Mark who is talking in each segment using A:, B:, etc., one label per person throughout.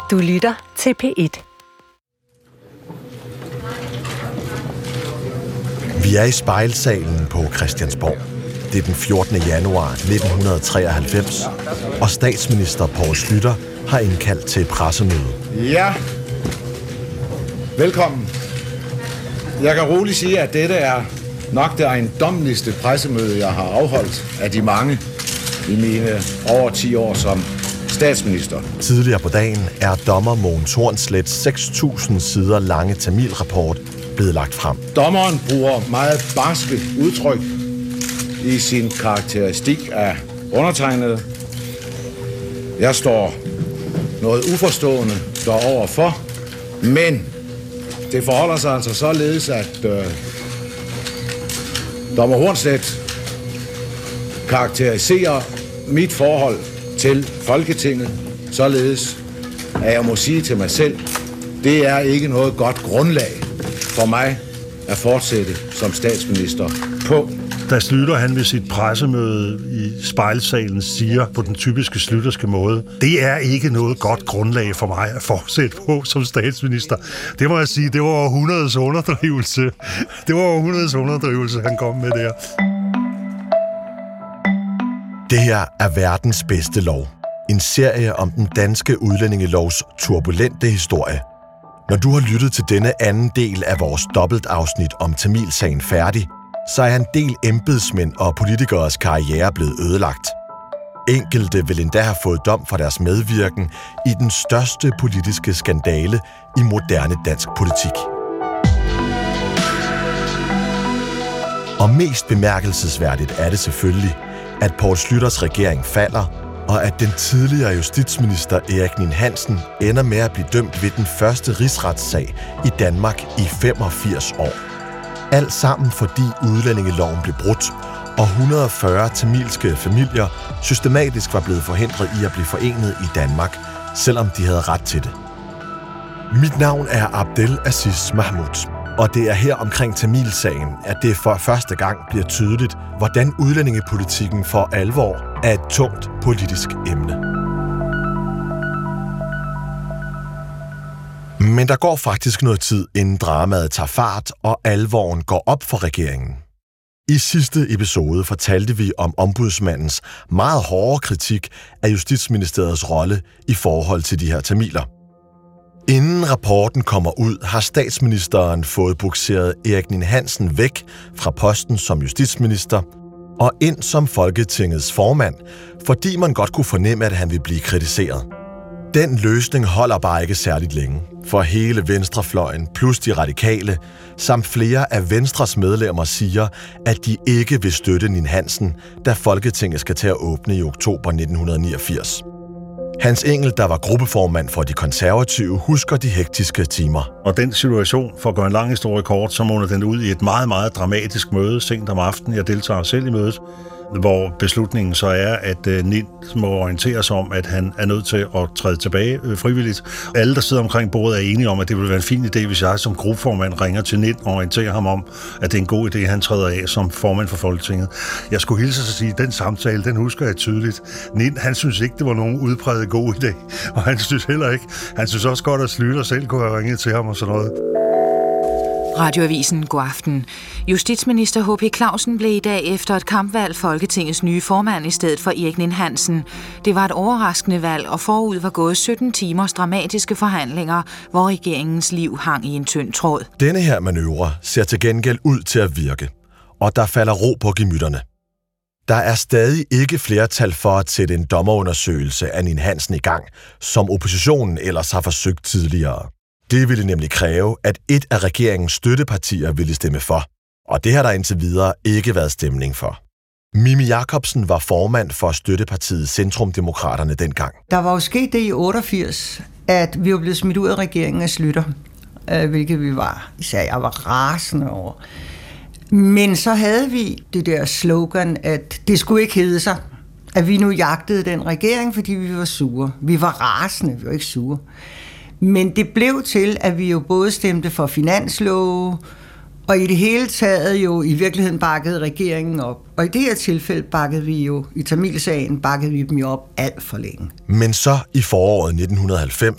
A: Du lytter til P1.
B: Vi er i Spejlsalen på Christiansborg. Det er den 14. januar 1993, og statsminister Poul Schlüter har indkaldt til pressemøde.
C: Ja, velkommen. Jeg kan roligt sige, at dette er nok det ejendommeligste pressemøde, jeg har afholdt af de mange i mine over 10 år som statsminister.
B: Tidligere på dagen er dommer Mogens Hornsleths 6.000 sider lange Tamilrapport blevet lagt frem.
C: Dommeren bruger meget barske udtryk i sin karakteristik af undertegnede. Jeg står noget uforstående deroverfor, men det forholder sig altså således, at dommer Hornsleth karakteriserer mit forhold til Folketinget således, at jeg må sige til mig selv, det er ikke noget godt grundlag for mig at fortsætte som statsminister på.
D: Da Schlüter han ved sit pressemøde i Spejlsalen siger på den typiske schlüterske måde, det er ikke noget godt grundlag for mig at fortsætte på som statsminister. Det må jeg sige, det var århundredets underdrivelse. Det var århundredets underdrivelse, han kom med der.
B: Det her er verdens bedste lov. En serie om den danske udlændingelovs turbulente historie. Når du har lyttet til denne anden del af vores dobbeltafsnit om Tamilsagen færdig, så er en del embedsmænd og politikeres karriere blevet ødelagt. Enkelte vil endda have fået dom for deres medvirken i den største politiske skandale i moderne dansk politik. Og mest bemærkelsesværdigt er det selvfølgelig, at Poul Schlüters regering falder, og at den tidligere justitsminister Erik Ninn-Hansen ender med at blive dømt ved den første rigsretssag i Danmark i 85 år. Alt sammen fordi udlændingeloven blev brudt, og 140 tamilske familier systematisk var blevet forhindret i at blive forenet i Danmark, selvom de havde ret til det. Mit navn er Abdel Aziz Mahmoud, og det er her omkring Tamilsagen, at det for første gang bliver tydeligt, hvordan udlændingepolitikken for alvor er et tungt politisk emne. Men der går faktisk noget tid, inden dramaet tager fart, og alvoren går op for regeringen. I sidste episode fortalte vi om ombudsmandens meget hårde kritik af Justitsministeriets rolle i forhold til de her tamiler. Inden rapporten kommer ud, har statsministeren fået bukseret Erik Ninn-Hansen væk fra posten som justitsminister og ind som Folketingets formand, fordi man godt kunne fornemme, at han ville blive kritiseret. Den løsning holder bare ikke særligt længe, for hele venstrefløjen plus de radikale, samt flere af Venstres medlemmer siger, at de ikke vil støtte Ninn-Hansen, da Folketinget skal til at åbne i oktober 1989. Hans Engel, der var gruppeformand for de konservative, husker de hektiske timer.
D: Og den situation, for at gøre en lang historie kort, så munder den ud i et meget, meget dramatisk møde sent om aftenen. Jeg deltager selv i mødet, hvor beslutningen så er, at Ninn må orientere sig om, at han er nødt til at træde tilbage frivilligt. Alle, der sidder omkring bordet, er enige om, at det ville være en fin idé, hvis jeg som gruppeformand ringer til Ninn og orienterer ham om, at det er en god idé, at han træder af som formand for Folketinget. Jeg skulle hilse at sige, at den samtale, den husker jeg tydeligt. Ninn, han synes ikke, det var nogen udpræget god idé, og han synes heller ikke. Han synes også godt, at Schlüter selv kunne have ringet til ham og sådan noget.
E: Radioavisen God aften. Justitsminister H.P. Clausen blev i dag efter et kampvalg Folketingets nye formand i stedet for Erik Ninn-Hansen. Det var et overraskende valg, og forud var gået 17 timers dramatiske forhandlinger, hvor regeringens liv hang i en tynd tråd.
B: Denne her manøvre ser til gengæld ud til at virke, og der falder ro på gemytterne. Der er stadig ikke flertal for at sætte en dommerundersøgelse af Ninn-Hansen i gang, som oppositionen ellers har forsøgt tidligere. Det ville nemlig kræve, at et af regeringens støttepartier ville stemme for, og det har der indtil videre ikke været stemning for. Mimi Jakobsen var formand for støttepartiet Centrumdemokraterne dengang.
F: Der var jo sket det i 88, at vi var blevet smidt ud af regeringen af Schlüter, hvilket vi var, især jeg var rasende over. Men så havde vi det der slogan, at det skulle ikke hedde sig, at vi nu jagtede den regering, fordi vi var sure. Vi var rasende, vi var ikke sure. Men det blev til, at vi jo både stemte for finanslove, og i det hele taget jo i virkeligheden bakkede regeringen op. Og i det her tilfælde bakkede vi jo, i Tamilsagen bakkede vi dem jo op alt for længe.
B: Men så i foråret 1990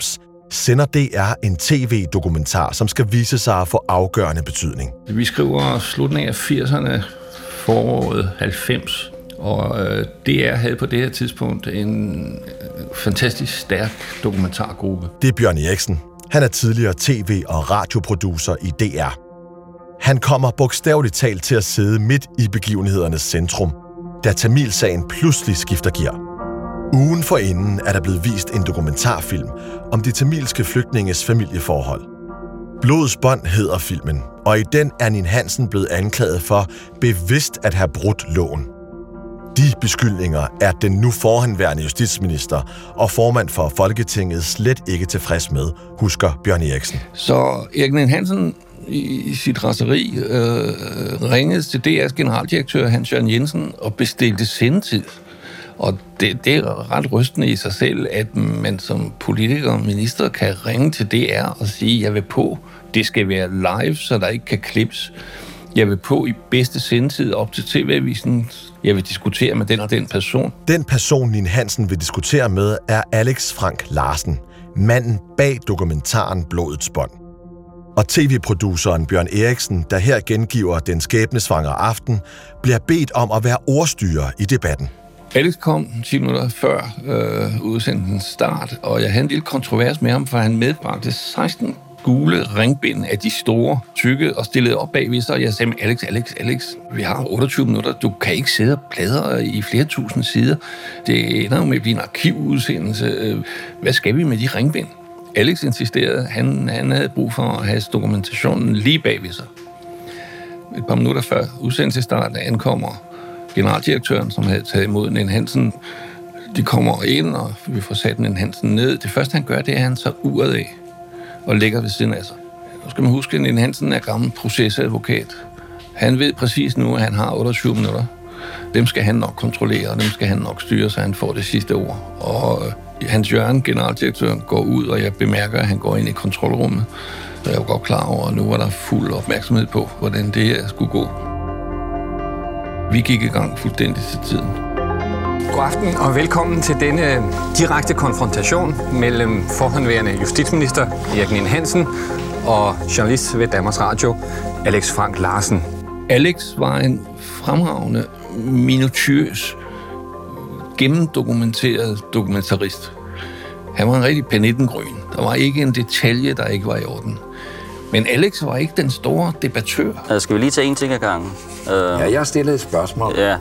B: sender DR en tv-dokumentar, som skal vise sig at få afgørende betydning.
A: Vi skriver slutningen af 80'erne, foråret 90, og DR havde på det her tidspunkt en fantastisk stærk dokumentargruppe.
B: Det er Bjørn Eriksen. Han er tidligere tv- og radioproducer i DR. Han kommer bogstaveligt talt til at sidde midt i begivenhedernes centrum, da Tamilsagen pludselig skifter gear. Ugen forinden er der blevet vist en dokumentarfilm om de tamilske flygtninges familieforhold. Blodets bånd hedder filmen, og i den er Ninn-Hansen blevet anklaget for bevidst at have brudt loven. De beskyldninger er den nu forhenværende justitsminister og formand for Folketinget slet ikke tilfreds med, husker Bjørn Eriksen.
A: Så Erik Ninn-Hansen i sit raseri ringede til DR's generaldirektør Hans Jørgen Jensen og bestilte sendetid. Og det er ret rystende i sig selv, at man som politiker og minister kan ringe til DR og sige, jeg vil på, det skal være live, så der ikke kan klippes. Jeg vil på i bedste sendetid op til TV-avisen. Jeg vil diskutere med den og den person.
B: Den person, Ninn-Hansen vil diskutere med, er Alex Frank Larsen, manden bag dokumentaren Blodets bånd. Og tv-produceren Bjørn Eriksen, der her gengiver den skæbnesvangre aften, bliver bedt om at være ordstyrer i debatten.
A: Alex kom 10 minutter før udsendelsens start, og jeg havde en lille kontrovers med ham, for han medbragte 16 gule ringbind af de store tykke og stillede op bagved sig, og jeg sagde, Alex, vi har 28 minutter, du kan ikke sidde og bladre i flere tusind sider. Det ender jo med at blive en arkivudsendelse. Hvad skal vi med de ringbind? Alex insisterede, han havde brug for at have dokumentationen lige bagved sig. Et par minutter før udsendelsesstart ankommer generaldirektøren, som havde taget imod Ninn-Hansen. De kommer ind, og vi får sat Ninn-Hansen ned. Det første, han gør, det er, at han tager uret af og lægger ved siden af sig. Nu skal man huske, at Ninn-Hansen er gammel procesadvokat. Han ved præcis nu, at han har 28 minutter. Dem skal han nok kontrollere, og dem skal han nok styre, så han får det sidste ord. Og Hans Jørgen, generaldirektøren, går ud, og jeg bemærker, at han går ind i kontrolrummet. Så jeg var godt klar over, at nu var der fuld opmærksomhed på, hvordan det her skulle gå. Vi gik i gang fuldstændig til tiden.
G: God aften og velkommen til denne direkte konfrontation mellem forhenværende justitsminister Erik Ninn-Hansen og journalist ved Danmarks Radio, Alex Frank Larsen.
A: Alex var en fremragende, minutiøs, gennemdokumenteret dokumentarist. Han var en rigtig penittengryn. Der var ikke en detalje, der ikke var i orden. Men Alex var ikke den store debattør.
H: Skal vi lige tage en ting ad gangen?
I: Ja, jeg har stillet et spørgsmål.
H: Ja.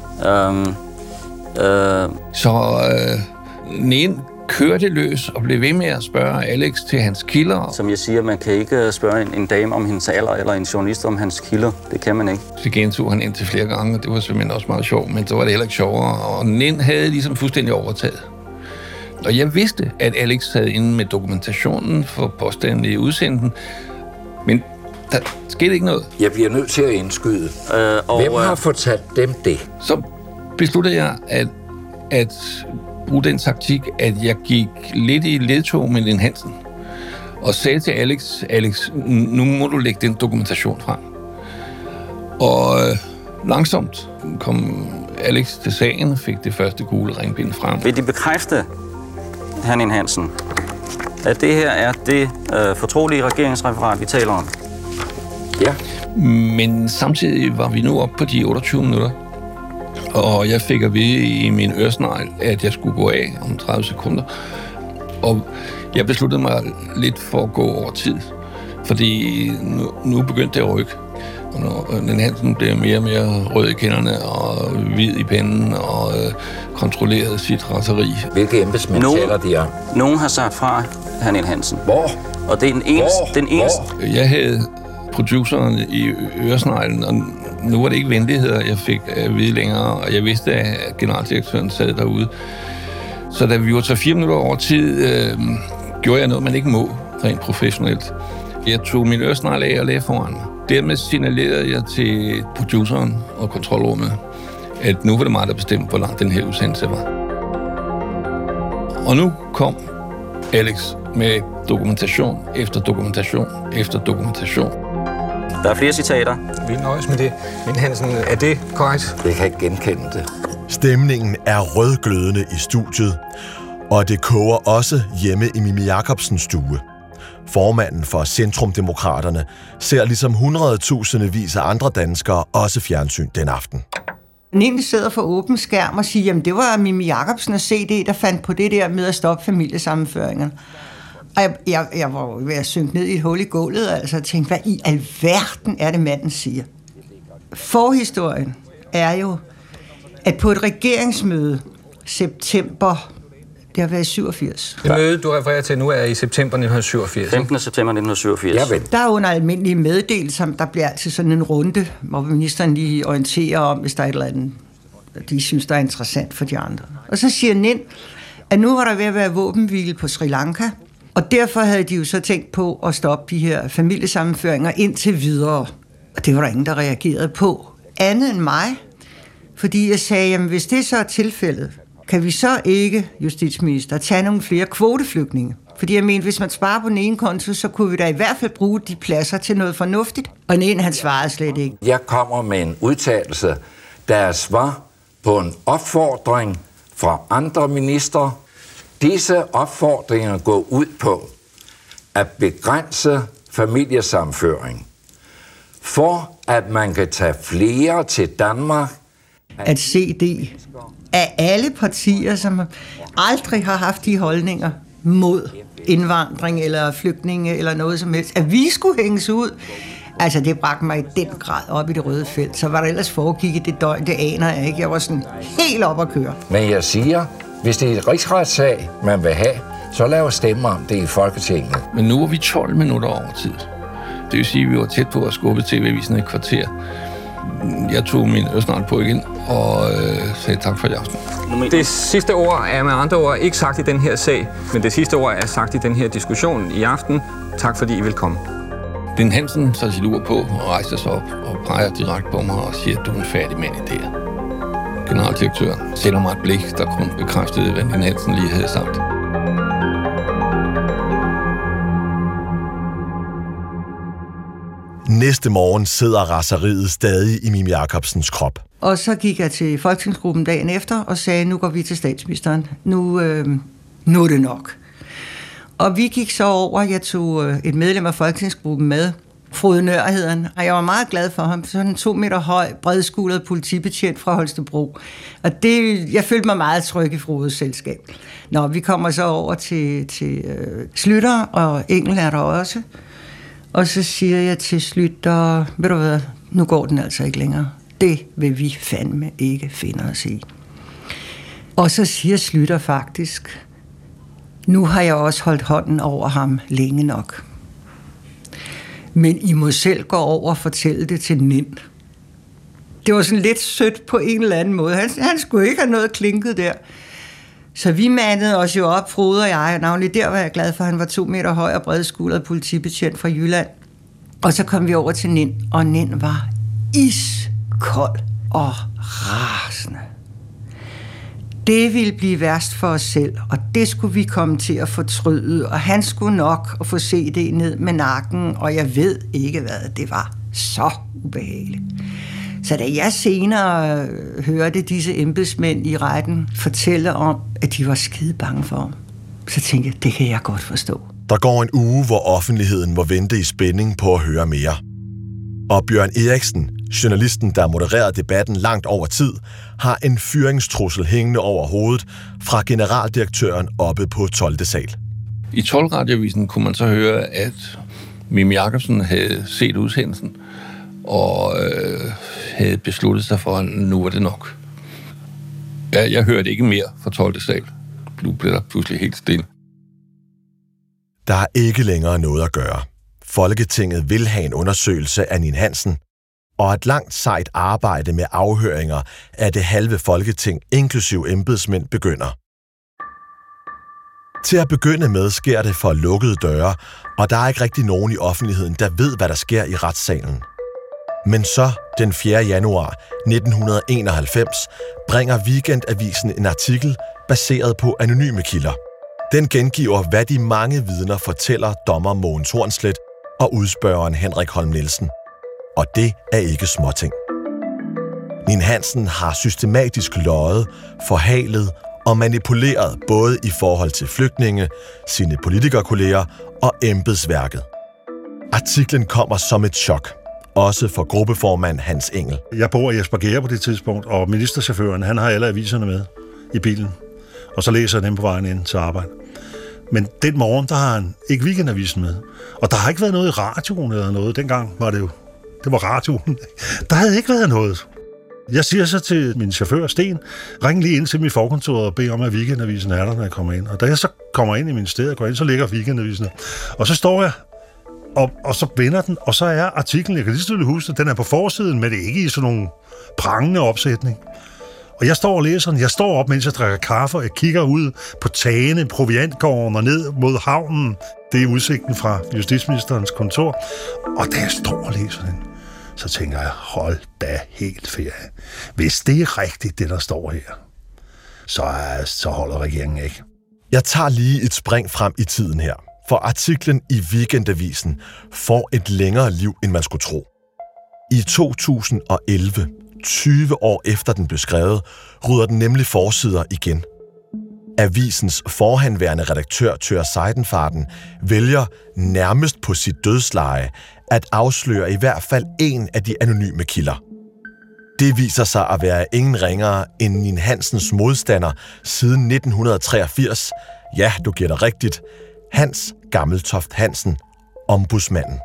A: Så Nin kørte løs og blev ved med at spørge Alex til hans kilder.
H: Som jeg siger, man kan ikke spørge en dame om hendes alder, eller en journalist om hans kilder. Det kan man ikke.
A: Så gentog han indtil flere gange, og det var simpelthen også meget sjovt, men så var det heller ikke sjovere. Og Nin havde ligesom fuldstændig overtaget. Og jeg vidste, at Alex sad inde med dokumentationen for påstanden i udsendelsen, men der skete ikke noget.
I: Jeg bliver nødt til at indskyde. Hvem har fortalt dem det?
A: Så besluttede jeg at bruge den taktik, at jeg gik lidt i ledtog med Ninn-Hansen og sagde til Alex, nu må du lægge den dokumentation frem. Og langsomt kom Alex til sagen og fik det første gule ringbind frem.
H: Vil de bekræfte, hr. Ninn-Hansen, at det her er det fortrolige regeringsreferat, vi taler om?
I: Ja.
A: Men samtidig var vi nu oppe på de 28 minutter. Og jeg fik at vide i min øresnegl, at jeg skulle gå af om 30 sekunder. Og jeg besluttede mig lidt for at gå over tid. Fordi nu begyndte det at rykke. Og når Ninn-Hansen blev mere og mere rød i kinderne og hvid i panden og kontrollerede sit raseri.
I: Hvilke embedsmænd taler de om?
H: Nogen har sagt fra, hr. Ninn-Hansen.
I: Hvor?
H: Og det er den eneste.
A: Jeg havde produceren i øresneglen, og nu var det ikke venligheder, jeg fik at vide længere, og jeg vidste, at generaldirektøren sad derude. Så da vi var 3-4 minutter over tid, gjorde jeg noget, man ikke må, rent professionelt. Jeg tog min øresnegl af og lagde foran mig. Dermed signalerede jeg til produceren og kontrolrummet, at nu var det mig, der bestemte, hvor lang den her udsendelse var. Og nu kom Alex med dokumentation efter dokumentation efter dokumentation.
H: Der er flere citater.
G: Vi nøjes med det. Ninn-Hansen, er det korrekt?
I: Jeg kan ikke genkende det.
B: Stemningen er rødglødende i studiet, Og det koger også hjemme i Mimi Jakobsens stue. Formanden for Centrumdemokraterne ser ligesom 100.000 af andre danskere også fjernsyn den aften.
F: Den ene sidder for åben skærm og siger, jamen det var Mimi Jakobsen og CD, der fandt på det der med at stoppe familiesammenføringerne. Og jeg var ved at synke ned i et hul i gulvet, altså og tænkte, hvad i alverden er det, manden siger? Forhistorien er jo, at på et regeringsmøde september, det har været i 87.
G: Det møde, du refererer til nu, er i september 1987.
H: 15. september 1987.
I: Ja,
F: der er under almindelige meddelelser, der bliver altid sådan en runde, hvor ministeren lige orienterer om, hvis der er et eller andet, de synes, der er interessant for de andre. Og så siger Nind, at nu var der ved at være våbenhvile på Sri Lanka, og derfor havde de jo så tænkt på at stoppe de her familiesammenføringer indtil videre. Og det var der ingen, der reagerede på. Andet end mig, fordi jeg sagde, jamen hvis det så er tilfældet, kan vi så ikke, justitsminister, tage nogle flere kvoteflygtninge? Fordi jeg mente, hvis man sparer på den ene konto, så kunne vi da i hvert fald bruge de pladser til noget fornuftigt. Og den ene, han svarede slet ikke.
I: Jeg kommer med en udtalelse, der er svar på en opfordring fra andre ministre. Disse opfordringer går ud på at begrænse familiesammenføring, for at man kan tage flere til Danmark.
F: At CD af alle partier, som aldrig har haft de holdninger mod indvandring eller flygtninge eller noget som helst, at vi skulle hænges ud, altså det bragte mig i den grad op i det røde felt. Så var der ellers foregik i det døgn, det aner jeg ikke. Jeg var sådan helt op at køre.
I: Men jeg siger, hvis det er et rigsretssag, man vil have, så lav stemme om det i Folketinget.
A: Men nu er vi 12 minutter over tid. Det vil sige, at vi var tæt på at skubbe TV-avisen et kvarter. Jeg tog min østnart på igen og sagde tak for i aften.
G: Det sidste ord er med andre ord ikke sagt i den her sag, men det sidste ord er sagt i den her diskussion i aften. Tak fordi I vil komme.
A: Nind Hansen tager sit ur på og rejser sig op og peger direkte på mig og siger, at du er en færdig mand i det her. Generaldirektøren sender mig et blik, der kun bekræftede, hvad Nind Hansen lige havde sagt.
B: Næste morgen sidder raseriet stadig i Mimi Jakobsens krop.
F: Og så gik jeg til folketingsgruppen dagen efter og sagde, nu går vi til statsministeren. Nu er det nok. Og vi gik så over, jeg tog et medlem af folketingsgruppen med, Frode Nør hed han, og jeg var meget glad for ham. Sådan en 2 meter høj, bredskuldret politibetjent fra Holstebro. Og jeg følte mig meget tryg i Frodes selskab. Nå, vi kommer så over til Schlüter, og Engel er der også. Og så siger jeg til Schlüter, ved du hvad, nu går den altså ikke længere. Det vil vi fandme ikke finde os i. Og så siger Schlüter faktisk, nu har jeg også holdt hånden over ham længe nok. Men I må selv gå over og fortælle det til Nind. Det var sådan lidt sødt på en eller anden måde. Han skulle ikke have noget klinket der. Så vi mandede os jo op, Frode og jeg, og navnlig der var jeg glad for, at han var 2 meter høj og bredskuldret politibetjent fra Jylland. Og så kom vi over til Nind, og Nind var iskold og rasende. Det ville blive værst for os selv, og det skulle vi komme til at fortryde, og han skulle nok at få CD ned med nakken, og jeg ved ikke hvad, det var så ubehageligt. Så da jeg senere hørte disse embedsmænd i retten fortælle om, at de var skide bange for ham, så tænkte jeg, det kan jeg godt forstå.
B: Der går en uge, hvor offentligheden må vente i spænding på at høre mere. Og Bjørn Eriksen, journalisten, der modererede debatten langt over tid, har en fyringstrussel hængende over hovedet fra generaldirektøren oppe på 12. sal.
A: I 12-radioavisen kunne man så høre, at Mimi Jakobsen havde set udsendelsen og havde besluttet sig for, at nu var det nok. Jeg hørte ikke mere fra 12. sal. Nu blev der pludselig helt stille.
B: Der er ikke længere noget at gøre. Folketinget vil have en undersøgelse af Nind Hansen, og et langt sejt arbejde med afhøringer af det halve Folketing, inklusiv embedsmænd, begynder. Til at begynde med sker det for lukkede døre, og der er ikke rigtig nogen i offentligheden, der ved, hvad der sker i retssalen. Men så, den 4. januar 1991, bringer Weekendavisen en artikel baseret på anonyme kilder. Den gengiver, hvad de mange vidner fortæller dommer Mogens Hornslet og udspørgeren Henrik Holm Nielsen. Og det er ikke småting. Nind Hansen har systematisk løjet, forhalet og manipuleret både i forhold til flygtninge, sine politikerkolleger og embedsværket. Artiklen kommer som et chok, også for gruppeformand Hans Engel.
D: Jeg bor i Espergærde på det tidspunkt, og ministerchaufføren, han har alle aviserne med i bilen, og så læser han dem på vejen ind til arbejde. Men den morgen, der har han ikke Weekendavisen med. Og der har ikke været noget i radioen eller noget. Dengang var det var radioen. Der havde ikke været noget. Jeg siger så til min chauffør, Sten, ring lige ind til mit forkontor og bed om, at Weekendavisen er der, når jeg kommer ind. Og da jeg så kommer ind i min sted og går ind, så ligger Weekendavisen. Og så står jeg, og så vender den, og så er artiklen, jeg kan lige stille huske, den er på forsiden, men det er ikke i sådan nogle prangende opsætning. Og jeg står og læser den. Jeg står op, mens jeg drikker kaffe, og jeg kigger ud på tagene, proviantgården og ned mod havnen. Det er udsigten fra justitsministerens kontor. Og da jeg står og læser den, så tænker jeg, hold da helt ferie. Hvis det er rigtigt, det der står her, så holder regeringen ikke.
B: Jeg tager lige et spring frem i tiden her, for artiklen i Weekendavisen får et længere liv, end man skulle tro. I 2011, 20 år efter den blev skrevet, rydder den nemlig forsider igen. Avisens forhenværende redaktør Thør Seidenfaden vælger nærmest på sit dødsleje at afsløre i hvert fald en af de anonyme kilder. Det viser sig at være ingen ringere end Nin Hansens modstander siden 1983. Ja, du gætter rigtigt. Hans Gammeltoft Hansen, ombudsmanden.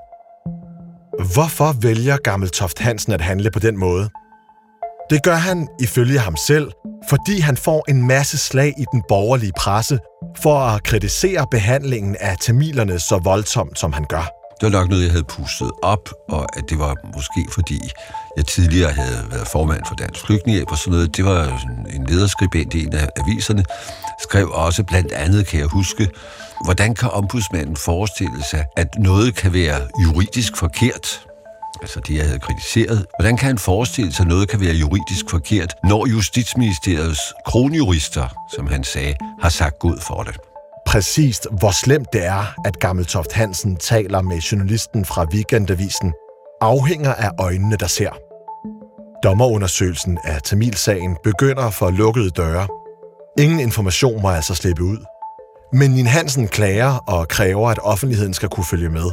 B: Hvorfor vælger Gammeltoft Hansen at handle på den måde? Det gør han, ifølge ham selv, fordi han får en masse slag i den borgerlige presse for at kritisere behandlingen af tamilerne så voldsomt, som han gør.
J: Det var nok noget, jeg havde pustet op, og at det var måske fordi, jeg tidligere havde været formand for Dansk Flygtningehjælp og sådan noget. Det var en lederskribent i en af aviserne. Skrev også blandt andet, kan jeg huske, hvordan kan ombudsmanden forestille sig, at noget kan være juridisk forkert? Altså det, jeg havde kritiseret. Hvordan kan han forestille sig, at noget kan være juridisk forkert, når Justitsministeriets kronjurister, som han sagde, har sagt god for det?
B: Præcist hvor slemt det er, at Gammeltoft Hansen taler med journalisten fra Weekendavisen, afhænger af øjnene, der ser. Dommerundersøgelsen af Tamilsagen begynder for lukkede døre. Ingen information må altså slippe ud. Men Nin Hansen klager og kræver, at offentligheden skal kunne følge med.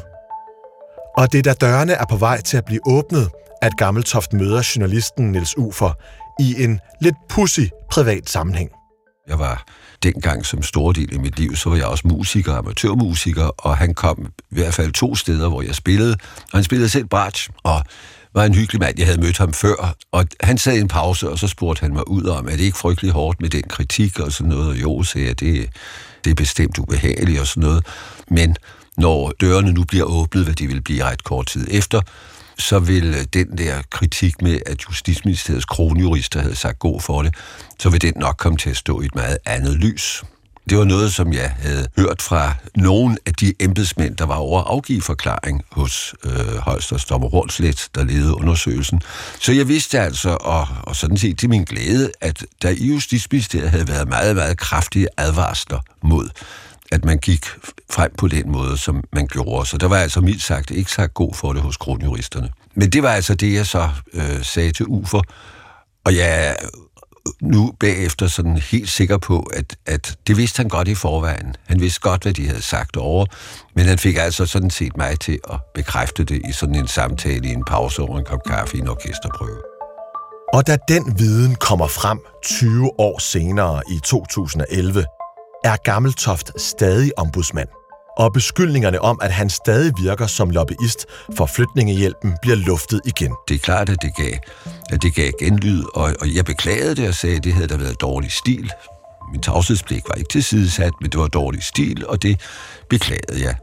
B: Og det er da dørene er på vej til at blive åbnet, at Gammeltoft møder journalisten Niels Ufer i en lidt pudsig privat sammenhæng.
J: Jeg var dengang som stor del i mit liv, så var jeg også musiker, amatørmusiker, og han kom i hvert fald 2 steder, hvor jeg spillede. Og han spillede selv bratsch, og var en hyggelig mand. Jeg havde mødt ham før, og han sad i en pause, og så spurgte han mig ud om, er det ikke frygtelig hårdt med den kritik og sådan noget? Og jo, sagde jeg, det er bestemt ubehageligt og sådan noget. Men når dørene nu bliver åbnet, hvad de vil blive ret kort tid efter, så vil den der kritik med, at Justitsministeriets kronjurister havde sagt god for det, så vil den nok komme til at stå i et meget andet lys. Det var noget, som jeg havde hørt fra nogle af de embedsmænd, der var over at afgive forklaring hos højesteretsdommer Hornslet, der ledede undersøgelsen. Så jeg vidste altså, og sådan set til min glæde, at der i Justitsministeriet havde været meget, meget kraftige advarsler mod, at man gik frem på den måde, som man gjorde. Så der var altså mildt sagt ikke sagt god for det hos kronjuristerne. Men det var altså det, jeg så sagde til Ufer. Og jeg er nu bagefter sådan helt sikker på, at det vidste han godt i forvejen. Han vidste godt, hvad de havde sagt over, men han fik altså sådan set mig til at bekræfte det i sådan en samtale i en pause over en kop kaffe i en orkesterprøve.
B: Og da den viden kommer frem 20 år senere i 2011, er Gammeltoft stadig ombudsmand, og beskyldningerne om, at han stadig virker som lobbyist for Flygtningehjælpen, bliver luftet igen.
J: Det er klart, at det gav genlyd, og jeg beklagede det og sagde, at det havde da været dårlig stil. Min tavshedspligt var ikke tilsidesat, men det var dårlig stil, og det beklagede jeg.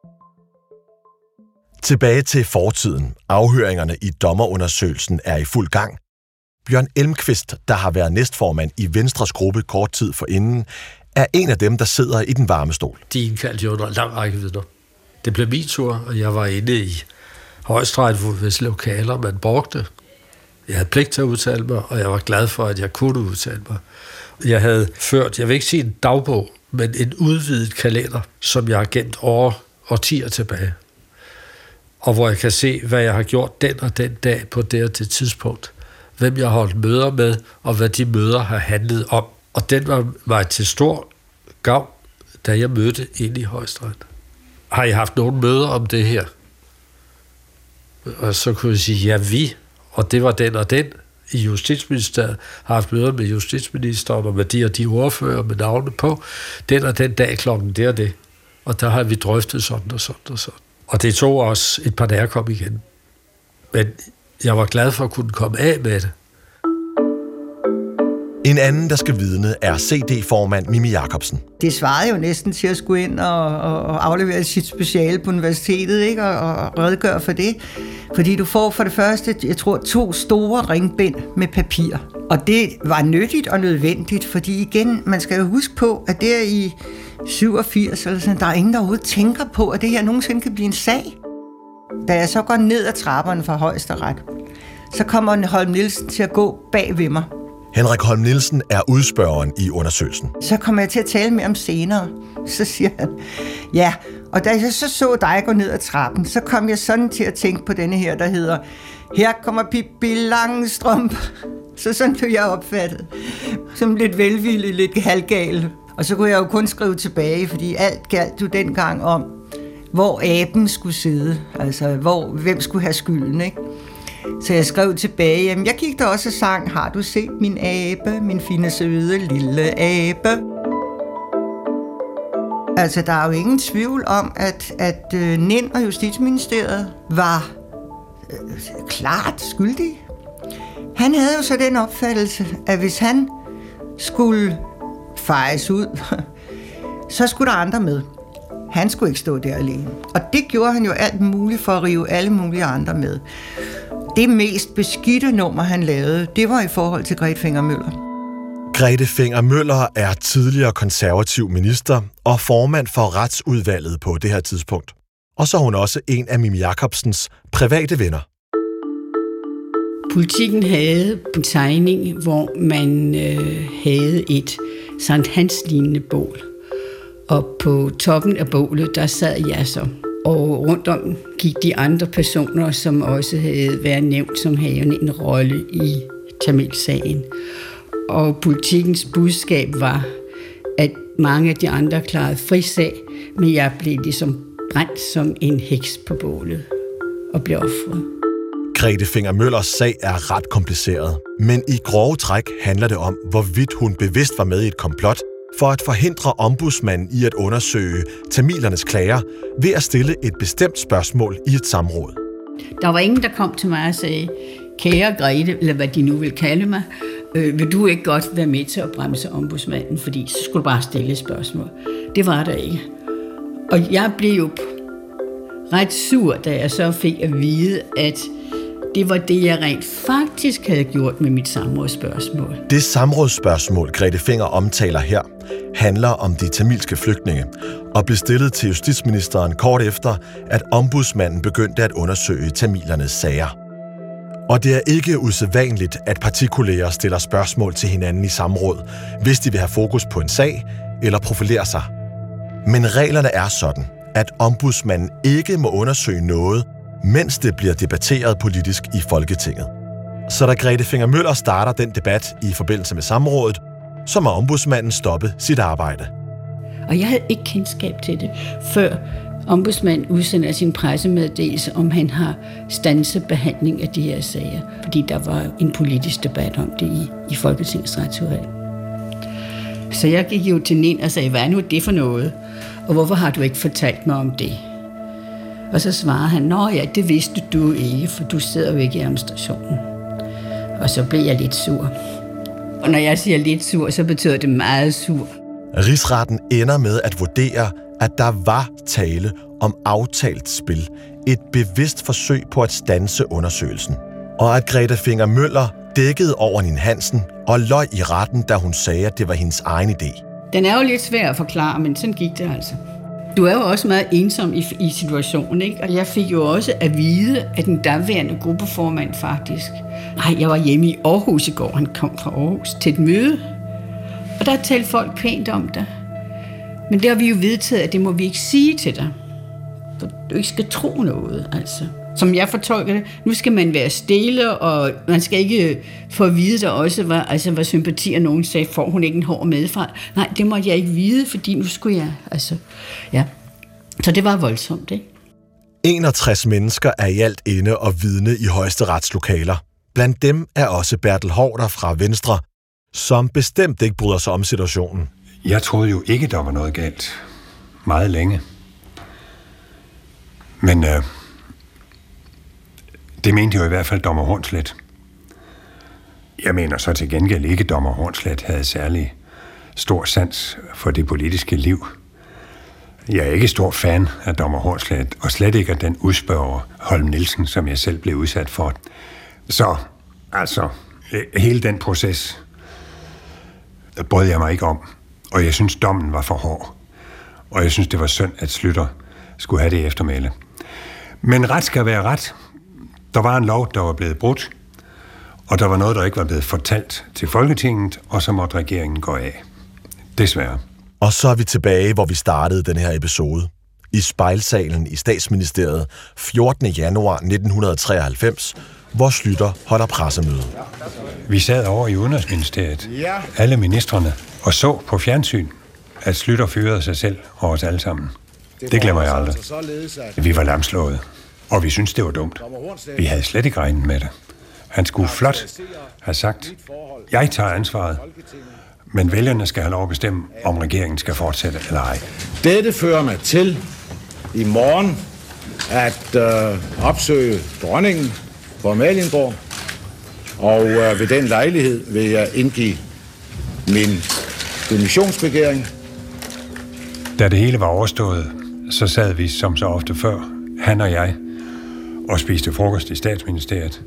B: Tilbage til fortiden. Afhøringerne i dommerundersøgelsen er i fuld gang. Bjørn Elmquist, der har været næstformand i Venstres gruppe kort tid forinden, er en af dem, der sidder i den varme stol.
K: De indkaldte jo en lang række vidner. Det blev min tur, og jeg var inde i Højesteret, hvis lokaler man brugte. Jeg havde pligt til at udtale mig, og jeg var glad for, at jeg kunne udtale mig. Jeg havde ført, jeg vil ikke sige en dagbog, men en udvidet kalender, som jeg har gemt årtier tilbage. Og hvor jeg kan se, hvad jeg har gjort den og den dag på det og det tidspunkt. Hvem jeg har holdt møder med, og hvad de møder har handlet om. Og den var til stor gavn, da jeg mødte inde i Højesteret. Har I haft nogle møder om det her? Og så kunne jeg sige, ja, vi, og det var den og den i Justitsministeriet, har haft møder med justitsministeren og med de og de ordfører med navne på, den og den dag klokken det og det. Og der har vi drøftet sådan og sådan og sådan. Og det tog også et par dage at komme igen. Men jeg var glad for at kunne komme af med det.
B: En anden, der skal vidne, er CD-formand Mimi Jacobsen.
F: Det svarede jo næsten til at skulle ind og aflevere sit speciale på universitetet, ikke? Og redegøre for det. Fordi du får for det første, jeg tror, 2 store ringbind med papir. Og det var nyttigt og nødvendigt, fordi igen, man skal jo huske på, at der i 87, eller sådan, der er ingen, der overhovedet tænker på, at det her nogensinde kan blive en sag. Da jeg så går ned ad trapperne fra Højesteret, så kommer Holm Nielsen til at gå bag ved mig.
B: Henrik Holm Nielsen er udspørgeren i undersøgelsen.
F: Så kommer jeg til at tale med ham senere. Så siger han, ja, og da jeg så dig gå ned ad trappen, så kom jeg sådan til at tænke på denne her, der hedder, her kommer Pippi Langstrømpe. Så sådan blev jeg opfattet. Som lidt velvillig, lidt halvgal. Og så kunne jeg jo kun skrive tilbage, fordi alt galt jo dengang om, hvor aben skulle sidde. Altså, hvem skulle have skylden, ikke? Så jeg skrev tilbage, jamen jeg gik der også og sang, har du set min abe, min fine søde lille abe? Altså, der er jo ingen tvivl om, at NIN og Justitsministeriet var klart skyldige. Han havde jo så den opfattelse, at hvis han skulle fejes ud, så skulle der andre med. Han skulle ikke stå der alene. Og det gjorde han jo alt muligt for at rive alle mulige andre med. Det mest beskidte nummer, han lavede, det var i forhold til Grethe Fenger Møller.
B: Grethe Fenger Møller er tidligere konservativ minister og formand for Retsudvalget på det her tidspunkt. Og så er hun også en af Mimi Jacobsens private venner.
L: Politikken havde en tegning, hvor man havde et Sankt Hans-lignende bål. Og på toppen af bålet, der sad jeg så. Og rundt om gik de andre personer, som også havde været nævnt som havende en rolle i Tamilsagen. Og politikens budskab var, at mange af de andre klarede frisag, men jeg blev ligesom brændt som en heks på bålet og blev offret.
B: Grethe Fenger Møllers sag er ret kompliceret, men i grove træk handler det om, hvorvidt hun bevidst var med i et komplot for at forhindre ombudsmanden i at undersøge tamilernes klager ved at stille et bestemt spørgsmål i et samråd.
L: Der var ingen, der kom til mig og sagde, kære Grethe, eller hvad de nu vil kalde mig, vil du ikke godt være med til at bremse ombudsmanden, fordi så skulle du bare stille et spørgsmål. Det var der ikke. Og jeg blev jo ret sur, da jeg så fik at vide, at det var det, jeg rent faktisk havde gjort med mit samrådsspørgsmål. Det
B: samrådsspørgsmål, Grethe Fenger omtaler her, handler om de tamilske flygtninge og blev stillet til justitsministeren kort efter, at ombudsmanden begyndte at undersøge tamilernes sager. Og det er ikke usædvanligt, at partikolleger stiller spørgsmål til hinanden i samråd, hvis de vil have fokus på en sag eller profilere sig. Men reglerne er sådan, at ombudsmanden ikke må undersøge noget, mens det bliver debatteret politisk i Folketinget. Så da Grethe Fenger Møller starter den debat i forbindelse med samrådet, så må ombudsmanden stoppe sit arbejde.
L: Og jeg havde ikke kendskab til det, før ombudsmanden udsender sin pressemeddelelse, om han har standset behandling af de her sager. Fordi der var en politisk debat om det i Folketingets Retsudvalg. Så jeg gik jo til NIN og sagde, hvad er nu det for noget? Og hvorfor har du ikke fortalt mig om det? Og så svarede han, nå ja, det vidste du ikke, for du sidder jo ikke i administrationen. Og så blev jeg lidt sur. Og når jeg siger lidt sur, så betyder det meget sur.
B: Rigsretten ender med at vurdere, at der var tale om aftalt spil. Et bevidst forsøg på at standse undersøgelsen. Og at Grethe Fenger Møller dækkede over Nin Hansen og løj i retten, da hun sagde, at det var hendes egen idé.
L: Den er jo lidt svær at forklare, men sådan gik det altså. Du er jo også meget ensom i situationen, ikke? Og jeg fik jo også at vide, at den daværende gruppeformand faktisk... Nej, jeg var hjemme i Aarhus i går. Han kom fra Aarhus til et møde. Og der talte folk pænt om det. Men det har vi jo vedtaget, at det må vi ikke sige til dig. For du ikke skal tro noget, altså. Som jeg fortolker det, nu skal man være stille, og man skal ikke få at vide, der også var sympati, og nogen sagde, får hun ikke en hård medfart? Nej, det måtte jeg ikke vide, fordi nu skulle jeg, ja. Så det var voldsomt, ikke?
B: 61 mennesker er i alt inde og vidne i højesteretslokaler. Blandt dem er også Bertel Haarder fra Venstre, som bestemt ikke bryder sig om situationen.
M: Jeg troede jo ikke, der var noget galt. Meget længe. Men det mente jo i hvert fald dommer Hornslet. Jeg mener så til gengæld ikke, at dommer Hornslet havde særlig stor sans for det politiske liv. Jeg er ikke stor fan af dommer Hornslet, og slet ikke af den udspørger Holm Nielsen, som jeg selv blev udsat for. Så, hele den proces brød jeg mig ikke om, og jeg synes, dommen var for hård. Og jeg synes, det var synd, at Schlüter skulle have det eftermæle. Men ret skal være ret. Der var en lov, der var blevet brudt, og der var noget, der ikke var blevet fortalt til Folketinget, og så måtte regeringen gå af. Desværre.
B: Og så er vi tilbage, hvor vi startede den her episode. I spejlsalen i Statsministeriet 14. januar 1993, hvor Schlüter holder pressemøde.
M: Vi sad over i Udenrigsministeriet, alle ministrene, og så på fjernsyn, at Schlüter fyrede sig selv og os alle sammen. Det glemmer jeg aldrig. Vi var lamslået, og vi syntes, det var dumt. Vi havde slet ikke regnet med det. Han skulle flot have sagt, jeg tager ansvaret, men vælgerne skal have lov at bestemme, om regeringen skal fortsætte eller ej.
C: Dette fører mig til i morgen at opsøge dronningen på Amalienborg, og ved den lejlighed vil jeg indgive min dimissionsbegæring.
M: Da det hele var overstået, så sad vi som så ofte før, han og jeg, og spiste frokost i Statsministeriet.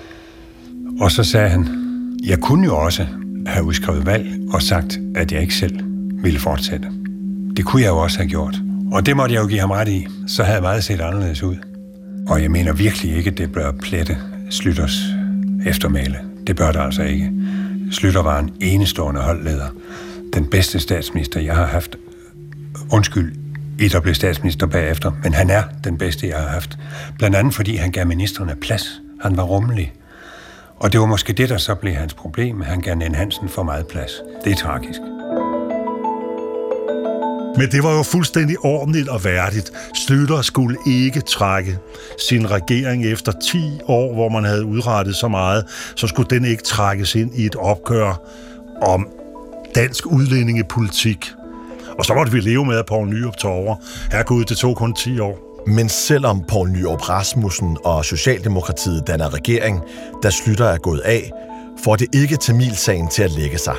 M: Og så sagde han, jeg kunne jo også have udskrevet valg og sagt, at jeg ikke selv ville fortsætte. Det kunne jeg jo også have gjort. Og det måtte jeg jo give ham ret i. Så havde meget set anderledes ud. Og jeg mener virkelig ikke, at det bør plette Schlüters eftermæle. Det bør det altså ikke. Schlüter var en enestående holdleder. Den bedste statsminister, jeg har haft. Undskyld, der blev statsminister bagefter, men han er den bedste, jeg har haft. Blandt andet, fordi han gav ministrene plads. Han var rummelig. Og det var måske det, der så blev hans problem. Han gav Ninn Hansen for meget plads. Det er tragisk.
D: Men det var jo fuldstændig ordentligt og værdigt. Schlüter skulle ikke trække sin regering efter 10 år, hvor man havde udrettet så meget, så skulle den ikke trækkes ind i et opgør om dansk udlændingepolitik. Og så måtte vi leve med, at Poul Nyrup tog over. Herregud, det tog kun 10 år.
B: Men selvom Poul Nyrup Rasmussen og Socialdemokratiet danner regering, da Schlüter er gået af, får det ikke Tamilsagen til at lægge sig.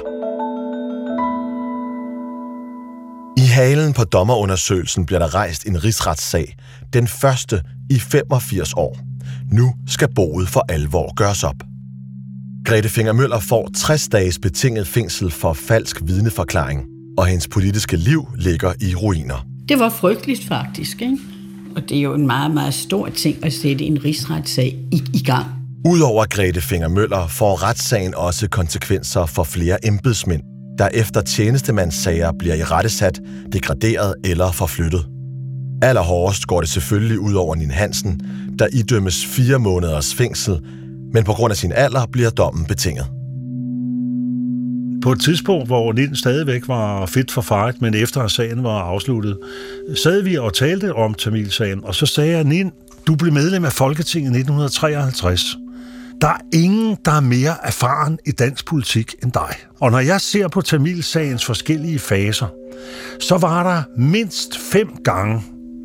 B: I halen på dommerundersøgelsen bliver der rejst en rigsretssag, den første i 85 år. Nu skal boet for alvor gøres op. Grethe Finger Møller får 60 dages betinget fængsel for falsk vidneforklaring, og hendes politiske liv ligger i ruiner.
L: Det var frygteligt faktisk, ikke? Og det er jo en meget, meget stor ting at sætte en rigsretssag i gang.
B: Udover Grethe Finger Møller får retssagen også konsekvenser for flere embedsmænd, der efter tjenestemandssager bliver irettesat, degraderet eller forflyttet. Allerhårdest går det selvfølgelig ud over Ninn Hansen, der idømmes 4 måneders fængsel, men på grund af sin alder bliver dommen betinget.
D: På et tidspunkt, hvor Ninn stadigvæk var fit for fight, men efter at sagen var afsluttet, sad vi og talte om Tamilsagen, og så sagde jeg, Ninn, du blev medlem af Folketinget i 1953. Der er ingen, der er mere erfaren i dansk politik end dig. Og når jeg ser på Tamilsagens forskellige faser, så var der mindst 5 gange,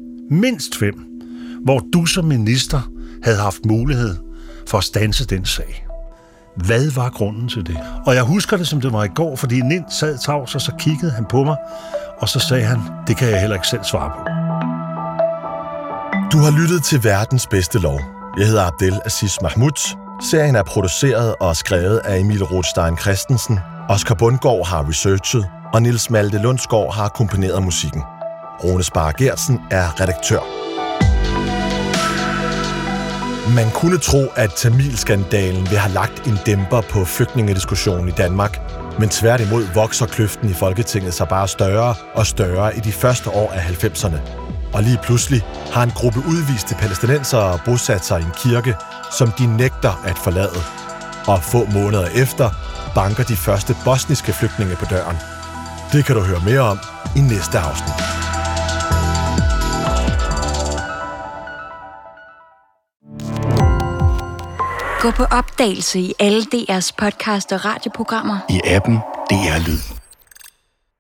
D: hvor du som minister havde haft mulighed for at standse den sag. Hvad var grunden til det? Og jeg husker det, som det var i går, fordi Ninn sad tavs, og så kiggede han på mig, og så sagde han, det kan jeg heller ikke selv svare på.
B: Du har lyttet til Verdens Bedste Lov. Jeg hedder Abdel Aziz Mahmoud. Serien er produceret og skrevet af Emil Rothstein Christensen. Oscar Bundgaard har researchet, og Niels Malte Lundsgaard har komponeret musikken. Rune Sparre Gertsen er redaktør. Man kunne tro, at Tamilskandalen vil have lagt en dæmper på flygtningediskussionen i Danmark, men tværtimod vokser kløften i Folketinget sig bare større og større i de første år af 90'erne. Og lige pludselig har en gruppe udviste palæstinensere bosat sig i en kirke, som de nægter at forlade. Og få måneder efter banker de første bosniske flygtninge på døren. Det kan du høre mere om i næste afsnit.
N: Gå på opdagelse i alle DR's podcast og radioprogrammer.
O: I appen DR Lyd.